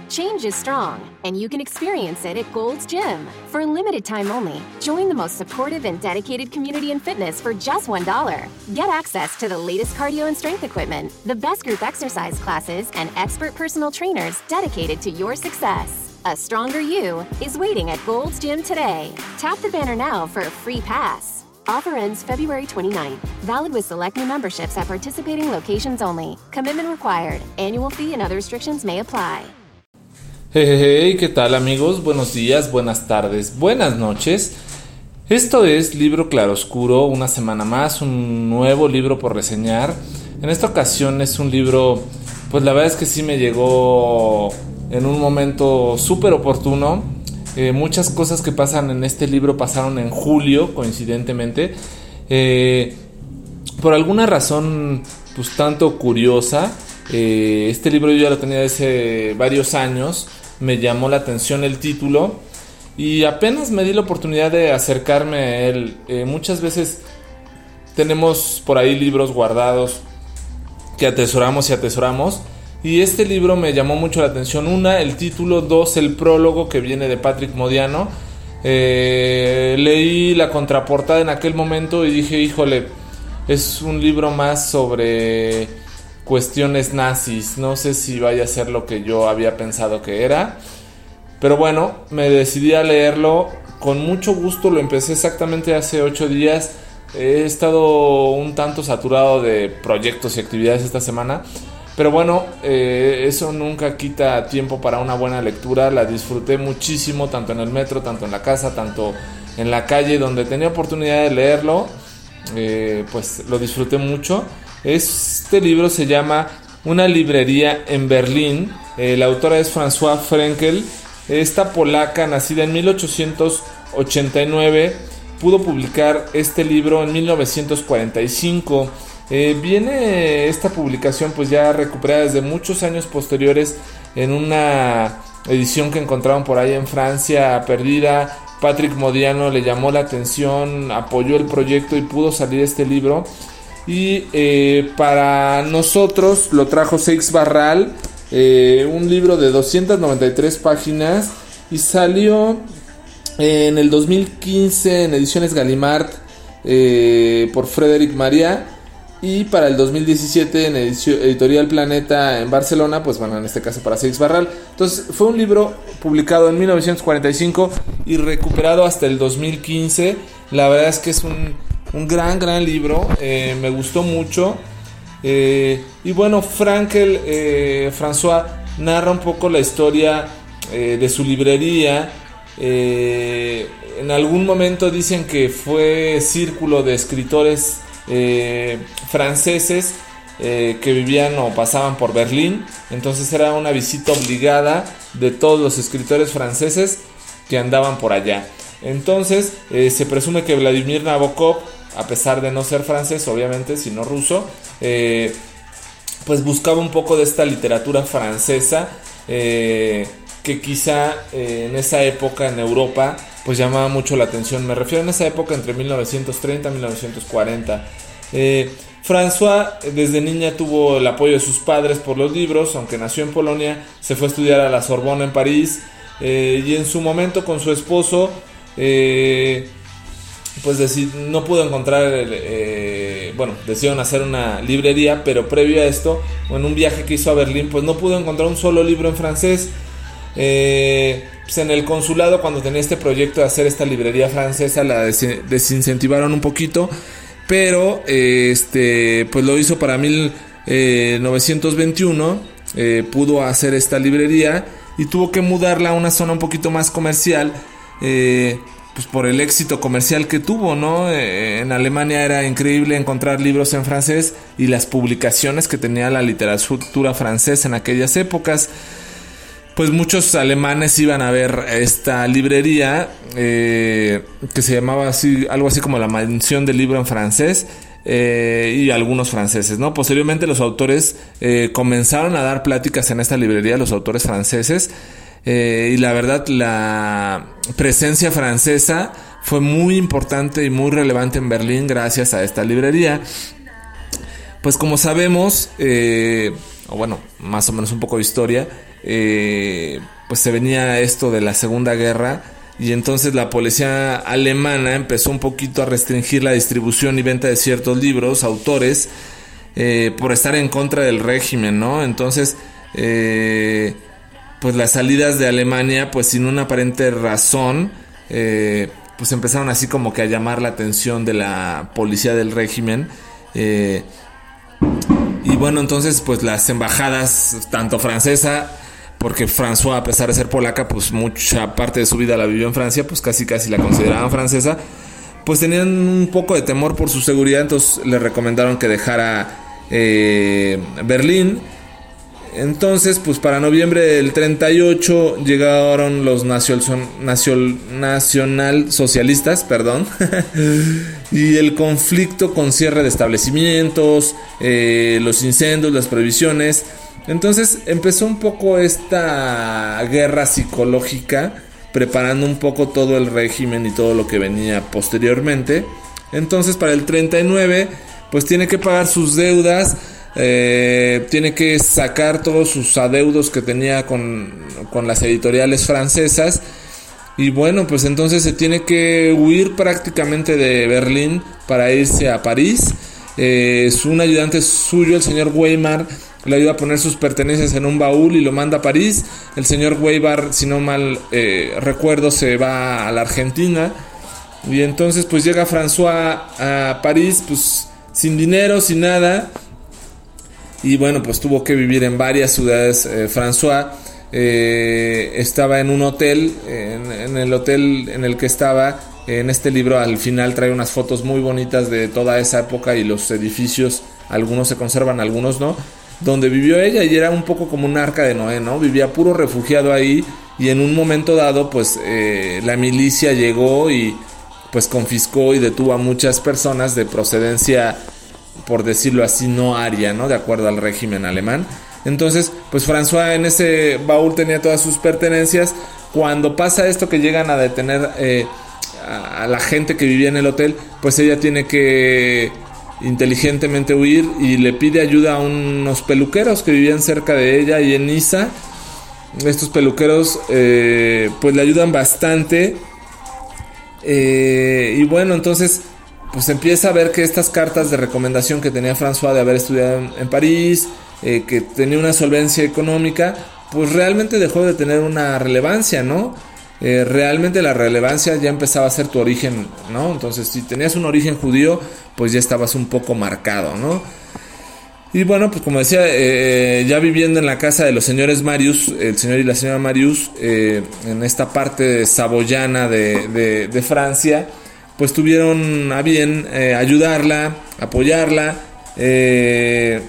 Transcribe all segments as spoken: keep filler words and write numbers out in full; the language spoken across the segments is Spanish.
Change is strong, and you can experience it at Gold's Gym. For a limited time only, join the most supportive and dedicated community in fitness for just one dollar. Get access to the latest cardio and strength equipment, the best group exercise classes, and expert personal trainers dedicated to your success. A stronger you is waiting at Gold's Gym today. Tap the banner now for a free pass. Offer ends February twenty-ninth. Valid with select new memberships at participating locations only. Commitment required. Annual fee and other restrictions may apply. Hey, hey, hey, ¿qué tal amigos? Buenos días, buenas tardes, buenas noches. Esto es Libro Claroscuro, una semana más, un nuevo libro por reseñar. En esta ocasión es un libro, pues la verdad es que sí me llegó en un momento súper oportuno. Eh, muchas cosas que pasan en este libro pasaron en julio, coincidentemente. Eh, por alguna razón, pues tanto curiosa, eh, este libro yo ya lo tenía hace varios años. Me llamó la atención el título y apenas me di la oportunidad de acercarme a él. Eh, muchas veces tenemos por ahí libros guardados que atesoramos y atesoramos. Y este libro me llamó mucho la atención. Una, el título. Dos, el prólogo que viene de Patrick Modiano. Eh, leí la contraportada en aquel momento y dije, híjole, es un libro más sobre cuestiones nazis. No sé si vaya a ser lo que yo había pensado que era. Pero bueno, me decidí a leerlo. Con mucho gusto, lo empecé exactamente hace ocho días. He estado un tanto saturado de proyectos y actividades esta semana. Pero bueno, eh, eso nunca quita tiempo para una buena lectura. La disfruté muchísimo, tanto en el metro, tanto en la casa, tanto en la calle, donde tenía oportunidad de leerlo. Eh, pues lo disfruté mucho. Este libro se llama Una librería en Berlín. Eh, la autora es Françoise Frenkel. Esta polaca, nacida en mil ochocientos ochenta y nueve, pudo publicar este libro en mil novecientos cuarenta y cinco. Eh, viene esta publicación pues ya recuperada desde muchos años posteriores en una edición que encontraron por ahí en Francia perdida. Patrick Modiano le llamó la atención, apoyó el proyecto y pudo salir este libro. Y eh, para nosotros lo trajo Seix Barral, eh, un libro de doscientas noventa y tres páginas, y salió en el dos mil quince en Ediciones Gallimard eh, por Frédéric Maria. Y para el dos mil diecisiete en edición, Editorial Planeta en Barcelona, pues bueno, en este caso para Seix Barral. Entonces fue un libro publicado en mil novecientos cuarenta y cinco y recuperado hasta el dos mil quince. La verdad es que es un, un gran, gran libro. Eh, me gustó mucho. Eh, y bueno, Frankel, eh, François narra un poco la historia eh, de su librería. Eh, en algún momento dicen que fue círculo de escritores Eh, franceses eh, que vivían o pasaban por Berlín. Entonces era una visita obligada de todos los escritores franceses que andaban por allá. Entonces eh, se presume que Vladimir Nabokov, a pesar de no ser francés, obviamente, sino ruso, eh, pues buscaba un poco de esta literatura francesa eh, que quizá eh, en esa época en Europa pues llamaba mucho la atención. Me refiero en esa época entre mil novecientos treinta y mil novecientos cuarenta. Eh, François desde niña tuvo el apoyo de sus padres por los libros. Aunque nació en Polonia, se fue a estudiar a la Sorbona en París. Eh, y en su momento con su esposo, eh, pues decid, no pudo encontrar, eh, bueno, decidieron hacer una librería. Pero previo a esto, en un viaje que hizo a Berlín, pues no pudo encontrar un solo libro en francés. Eh, pues en el consulado, cuando tenía este proyecto de hacer esta librería francesa, la des- desincentivaron un poquito, pero eh, este pues lo hizo para mil novecientos veintiuno. Eh, pudo hacer esta librería y tuvo que mudarla a una zona un poquito más comercial, eh, pues por el éxito comercial que tuvo, ¿no? Eh, en Alemania era increíble encontrar libros en francés y las publicaciones que tenía la literatura francesa en aquellas épocas. Pues muchos alemanes iban a ver esta librería eh, que se llamaba así, algo así como la mansión del libro en francés, eh, y algunos franceses, ¿no? Posteriormente los autores eh, comenzaron a dar pláticas en esta librería, los autores franceses, eh, y la verdad la presencia francesa fue muy importante y muy relevante en Berlín gracias a esta librería. Pues como sabemos, eh, o bueno, más o menos un poco de historia, eh, pues se venía esto de la Segunda Guerra, y entonces la policía alemana empezó un poquito a restringir la distribución y venta de ciertos libros, autores, eh, por estar en contra del régimen, ¿no? Entonces, eh, pues las salidas de Alemania, pues sin una aparente razón, eh, pues empezaron así como que a llamar la atención de la policía del régimen. Eh, y bueno, entonces pues las embajadas, tanto francesa, porque François, a pesar de ser polaca, pues mucha parte de su vida la vivió en Francia, pues casi casi la consideraban francesa, pues tenían un poco de temor por su seguridad, entonces le recomendaron que dejara eh, Berlín. Entonces, pues para noviembre del treinta y ocho llegaron los nacion, nacion, nacionalsocialistas, perdón, y el conflicto con cierre de establecimientos, eh, los incendios, las prohibiciones. Entonces empezó un poco esta guerra psicológica, preparando un poco todo el régimen y todo lo que venía posteriormente. Entonces para el treinta y nueve, pues tiene que pagar sus deudas. Eh, tiene que sacar todos sus adeudos que tenía con, con las editoriales francesas. Y bueno, pues entonces se tiene que huir prácticamente de Berlín para irse a París. Eh, un ayudante suyo, el señor Weimar, le ayuda a poner sus pertenencias en un baúl y lo manda a París. El señor Weimar, si no mal eh, recuerdo, se va a la Argentina. Y entonces pues llega François a París, pues sin dinero, sin nada. Y bueno, pues tuvo que vivir en varias ciudades. eh, François eh, estaba en un hotel, en, en el hotel en el que estaba, en este libro al final trae unas fotos muy bonitas de toda esa época y los edificios, algunos se conservan, algunos no, donde vivió ella, y era un poco como un arca de Noé, ¿no? Vivía puro refugiado ahí, y en un momento dado pues eh, la milicia llegó y pues confiscó y detuvo a muchas personas de procedencia, por decirlo así, no aria, ¿no? De acuerdo al régimen alemán. Entonces, pues François en ese baúl tenía todas sus pertenencias. Cuando pasa esto que llegan a detener eh, a la gente que vivía en el hotel, pues ella tiene que inteligentemente huir y le pide ayuda a unos peluqueros que vivían cerca de ella y en Niza. Estos peluqueros eh, pues le ayudan bastante. Eh, y bueno, entonces pues empieza a ver que estas cartas de recomendación que tenía François de haber estudiado en, en París, eh, que tenía una solvencia económica, pues realmente dejó de tener una relevancia, ¿no? Eh, realmente la relevancia ya empezaba a ser tu origen, ¿no? Entonces si tenías un origen judío, pues ya estabas un poco marcado, ¿no? Y bueno, pues como decía, eh, ya viviendo en la casa de los señores Marius, el señor y la señora Marius, eh, en esta parte saboyana de, de, de Francia, pues tuvieron a bien eh, ayudarla, apoyarla, eh,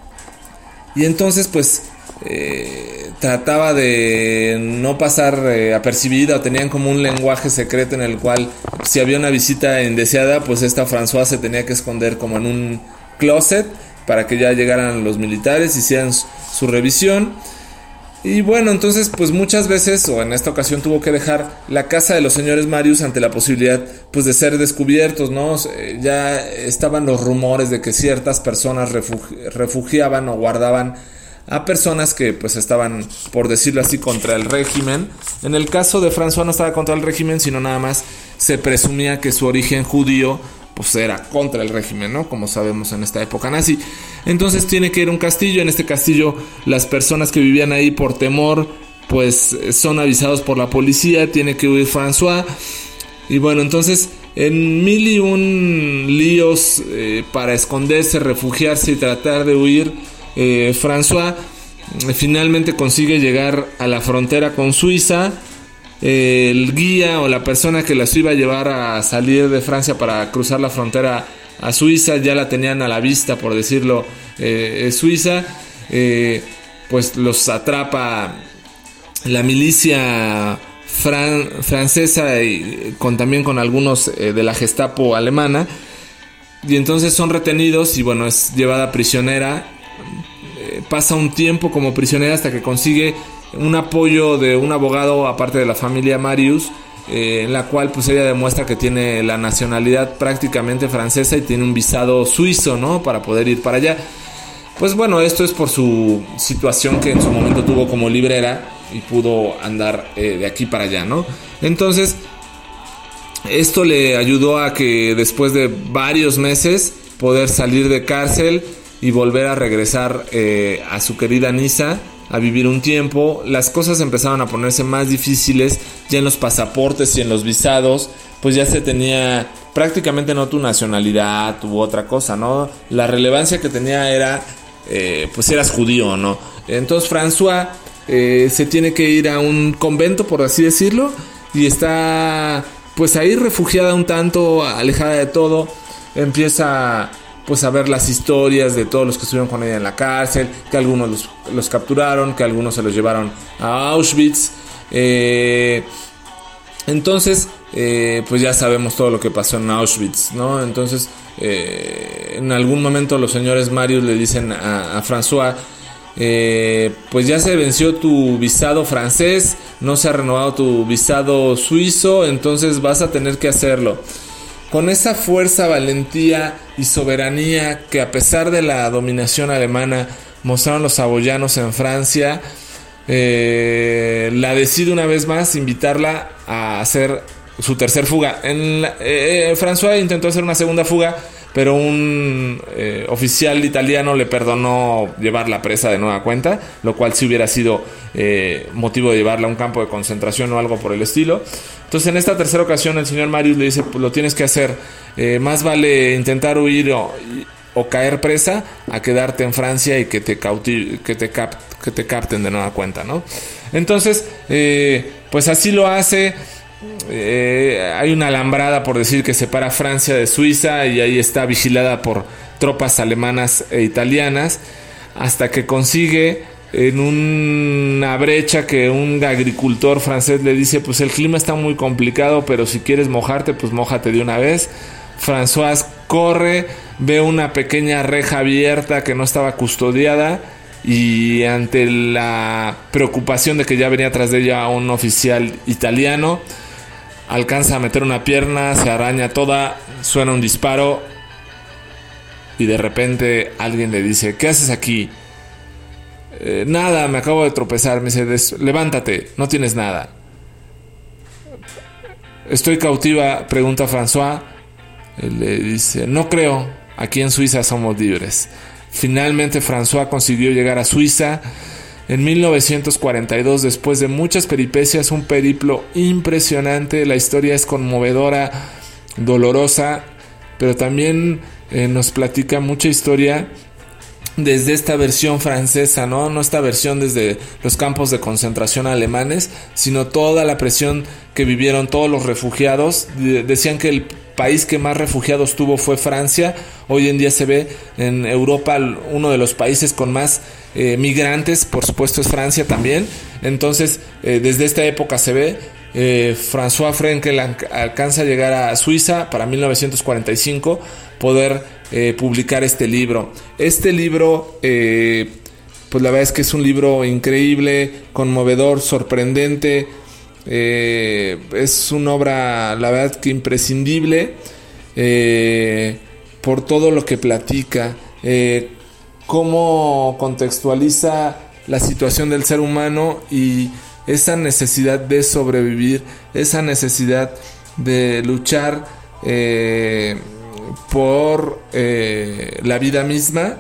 y entonces pues eh, trataba de no pasar eh, apercibida, o tenían como un lenguaje secreto en el cual si había una visita indeseada, pues esta François se tenía que esconder como en un closet para que ya llegaran los militares, hicieran su, su revisión. Y bueno, entonces pues muchas veces, o en esta ocasión tuvo que dejar la casa de los señores Marius ante la posibilidad pues de ser descubiertos, ¿no? Ya estaban los rumores de que ciertas personas refugi- refugiaban o guardaban a personas que pues estaban, por decirlo así, contra el régimen. En el caso de François no estaba contra el régimen, sino nada más se presumía que su origen judío pues era contra el régimen, ¿no? Como sabemos en esta época nazi. Entonces tiene que ir a un castillo. En este castillo las personas que vivían ahí por temor pues son avisados por la policía. Tiene que huir François. Y bueno, entonces en mil y un líos eh, para esconderse, refugiarse y tratar de huir, eh, François eh, finalmente consigue llegar a la frontera con Suiza. El guía o la persona que las iba a llevar a salir de Francia para cruzar la frontera a Suiza ya la tenían a la vista, por decirlo, eh, Suiza. Eh, pues los atrapa la milicia fran- francesa y con, también con algunos eh, de la Gestapo alemana, y entonces son retenidos y bueno, es llevada prisionera. Eh, pasa un tiempo como prisionera hasta que consigue un apoyo de un abogado aparte de la familia Marius, eh, en la cual pues ella demuestra que tiene la nacionalidad prácticamente francesa y tiene un visado suizo, ¿no? Para poder ir para allá. pues bueno, esto es por su situación que en su momento tuvo como librera y pudo andar eh, de aquí para allá, ¿no? Entonces, esto le ayudó a que después de varios meses poder salir de cárcel y volver a regresar eh, a su querida Niza a vivir un tiempo. Las cosas empezaron a ponerse más difíciles ya en los pasaportes y en los visados, pues ya se tenía prácticamente no tu nacionalidad u otra cosa, ¿no? La relevancia que tenía era, eh, pues eras judío o no. Entonces François eh, se tiene que ir a un convento, por así decirlo, y está pues ahí refugiada un tanto, alejada de todo. Empieza pues a ver las historias de todos los que estuvieron con ella en la cárcel, que algunos los, los capturaron, que algunos se los llevaron a Auschwitz. Eh, entonces, eh, pues ya sabemos todo lo que pasó en Auschwitz, ¿no? Entonces, eh, en algún momento los señores Marius le dicen a, a François, eh, pues ya se venció tu visado francés, no se ha renovado tu visado suizo, entonces vas a tener que hacerlo. Con esa fuerza, valentía y soberanía que a pesar de la dominación alemana mostraron los saboyanos en Francia, eh, la decide una vez más invitarla a hacer su tercer fuga. En la, eh, François intentó hacer una segunda fuga, pero un eh, oficial italiano le perdonó llevarla presa de nueva cuenta, lo cual sí hubiera sido eh, motivo de llevarla a un campo de concentración o algo por el estilo. Entonces en esta tercera ocasión el señor Marius le dice, pues lo tienes que hacer, eh, más vale intentar huir o, o caer presa a quedarte en Francia y que te, cauti- que te, cap- que te capten de nueva cuenta, ¿no? Entonces, eh, pues así lo hace. Eh, hay una alambrada, por decir, que separa Francia de Suiza y ahí está vigilada por tropas alemanas e italianas hasta que consigue en una brecha que un agricultor francés le dice, pues el clima está muy complicado, pero si quieres mojarte, pues mójate de una vez. François corre, ve una pequeña reja abierta que no estaba custodiada y ante la preocupación de que ya venía tras de ella un oficial italiano, alcanza a meter una pierna, se araña toda, suena un disparo y de repente alguien le dice, ¿qué haces aquí? Eh, nada, me acabo de tropezar. Me dice, des- levántate, no tienes nada. ¿Estoy cautiva?, pregunta François. Él le dice, no creo, aquí en Suiza somos libres. Finalmente François consiguió llegar a Suiza en mil novecientos cuarenta y dos, después de muchas peripecias, un periplo impresionante. La historia es conmovedora, dolorosa, pero también eh, nos platica mucha historia desde esta versión francesa, ¿no? No esta versión desde los campos de concentración alemanes, sino toda la presión que vivieron todos los refugiados. De- decían que el país que más refugiados tuvo fue Francia. Hoy en día se ve en Europa uno de los países con más eh, migrantes, por supuesto es Francia también. Entonces, eh, desde esta época se ve. Eh, François Frenkel alcanza a llegar a Suiza para mil novecientos cuarenta y cinco, poder eh, publicar este libro. Este libro, eh, pues la verdad es que es un libro increíble, conmovedor, sorprendente. Eh, es una obra, la verdad, que imprescindible eh, por todo lo que platica, eh, cómo contextualiza la situación del ser humano y esa necesidad de sobrevivir, esa necesidad de luchar eh, por eh, la vida misma.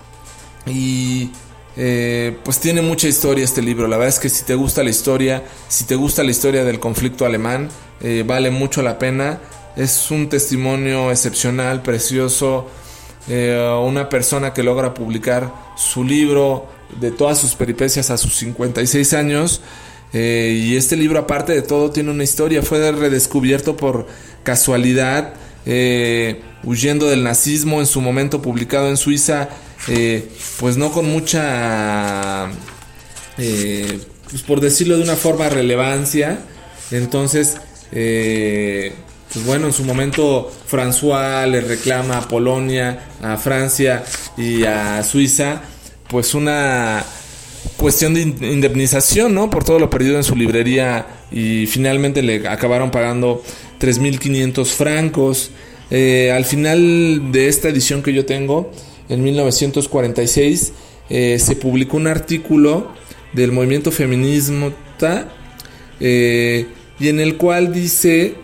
Y eh, pues tiene mucha historia este libro. La verdad es que si te gusta la historia, si te gusta la historia del conflicto alemán, eh, vale mucho la pena. Es un testimonio excepcional, precioso. Eh, una persona que logra publicar su libro de todas sus peripecias a sus cincuenta y seis años. Eh, y este libro, aparte de todo, tiene una historia. Fue redescubierto por casualidad, eh, huyendo del nazismo, en su momento publicado en Suiza, eh, pues no con mucha, eh, pues por decirlo de una forma, relevancia. Entonces, eh, pues bueno, en su momento François le reclama a Polonia, a Francia y a Suiza, pues una cuestión de indemnización, ¿no?, por todo lo perdido en su librería, y finalmente le acabaron pagando tres mil quinientos francos. Eh, al final de esta edición que yo tengo, en mil novecientos cuarenta y seis, eh, se publicó un artículo del movimiento feminista eh, y en el cual dice,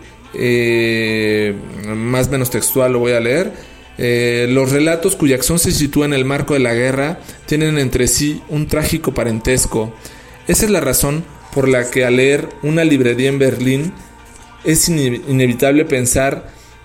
eh, más o menos textual lo voy a leer, eh, los relatos cuya acción se sitúa en el marco de la guerra tienen entre sí un trágico parentesco. Esa es la razón por la que al leer Una librería en Berlín es ine- inevitable pensar,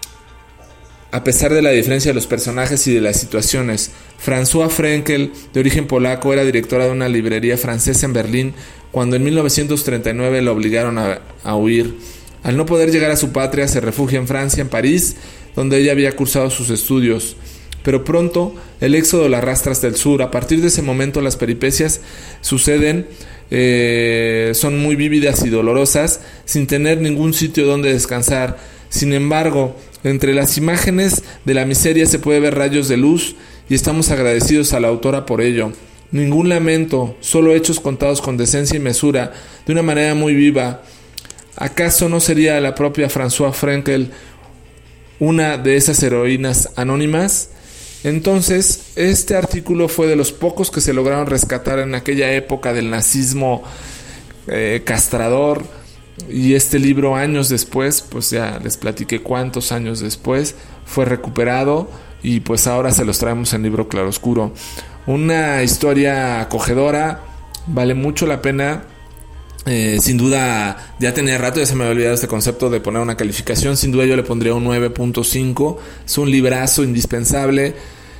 a pesar de la diferencia de los personajes y de las situaciones. François Frenkel, de origen polaco, era directora de una librería francesa en Berlín cuando en mil novecientos treinta y nueve la obligaron a, a huir. Al no poder llegar a su patria, se refugia en Francia, en París, donde ella había cursado sus estudios. Pero pronto el éxodo la arrastra hasta el sur. A partir de ese momento las peripecias suceden, eh, son muy vívidas y dolorosas, sin tener ningún sitio donde descansar. Sin embargo, entre las imágenes de la miseria se puede ver rayos de luz y estamos agradecidos a la autora por ello. Ningún lamento, solo hechos contados con decencia y mesura, de una manera muy viva. ¿Acaso no sería la propia François Frenkel una de esas heroínas anónimas? Entonces, este artículo fue de los pocos que se lograron rescatar en aquella época del nazismo eh, castrador. Y este libro, años después, pues ya les platiqué cuántos años después, fue recuperado y pues ahora se los traemos en libro claroscuro. Una historia acogedora, vale mucho la pena. Eh, sin duda, ya tenía rato, ya se me había olvidado este concepto de poner una calificación. Sin duda yo le pondría un nueve punto cinco. Es un librazo indispensable.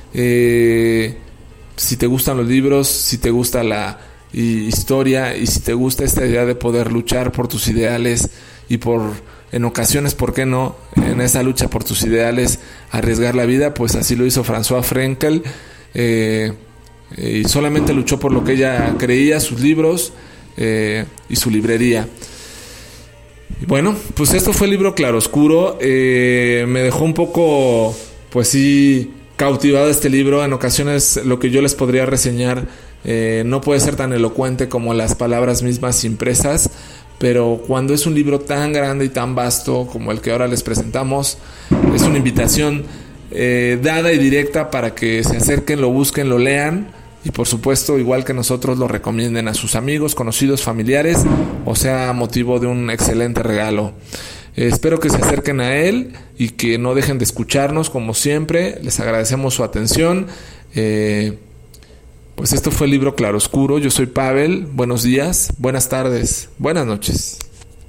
Eh, si te gustan los libros, si te gusta la y historia y si te gusta esta idea de poder luchar por tus ideales y por, en ocasiones, ¿por qué no?, en esa lucha por tus ideales arriesgar la vida, pues así lo hizo François Frenkel. Eh, y solamente luchó por lo que ella creía, sus libros eh, y su librería. Y bueno, pues esto fue el libro claroscuro. Eh, me dejó un poco, pues sí, cautivado este libro. En ocasiones lo que yo les podría reseñar Eh, no puede ser tan elocuente como las palabras mismas impresas, pero cuando es un libro tan grande y tan vasto como el que ahora les presentamos, es una invitación eh, dada y directa para que se acerquen, lo busquen, lo lean y por supuesto, igual que nosotros, lo recomienden a sus amigos, conocidos, familiares, o sea, motivo de un excelente regalo. Eh, espero que se acerquen a él y que no dejen de escucharnos como siempre. Les agradecemos su atención. eh, Pues esto fue el libro claroscuro. Yo soy Pavel. Buenos días, buenas tardes, buenas noches.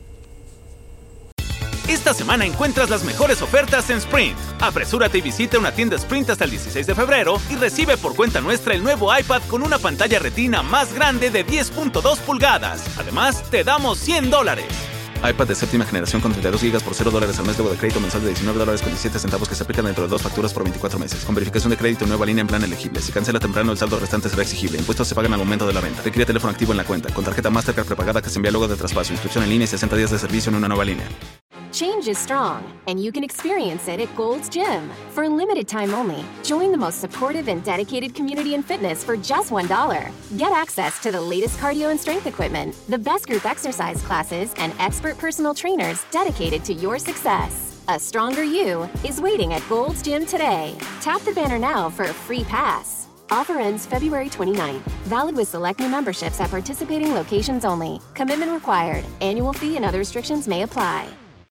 Esta semana encuentras las mejores ofertas en Sprint. Apresúrate y visita una tienda Sprint hasta el dieciséis de febrero y recibe por cuenta nuestra el nuevo iPad con una pantalla retina más grande de diez punto dos pulgadas. Además, te damos cien dólares. iPad de séptima generación con treinta y dos gigas por cero dólares al mes, luego de crédito mensual de diecinueve dólares con diecisiete centavos que se aplican dentro de dos facturas por veinticuatro meses. Con verificación de crédito, nueva línea en plan elegible. Si cancela temprano, el saldo restante será exigible. Impuestos se pagan al momento de la venta. Requiere teléfono activo en la cuenta. Con tarjeta Mastercard prepagada que se envía luego de traspaso. Inscripción en línea y sesenta días de servicio en una nueva línea. Change is strong, and you can experience it at Gold's Gym. For a limited time only, join the most supportive and dedicated community in fitness for just one dollar. Get access to the latest cardio and strength equipment, the best group exercise classes, and expert personal trainers dedicated to your success. A stronger you is waiting at Gold's Gym today. Tap the banner now for a free pass. Offer ends February twenty-ninth. Valid with select new memberships at participating locations only. Commitment required. Annual fee and other restrictions may apply.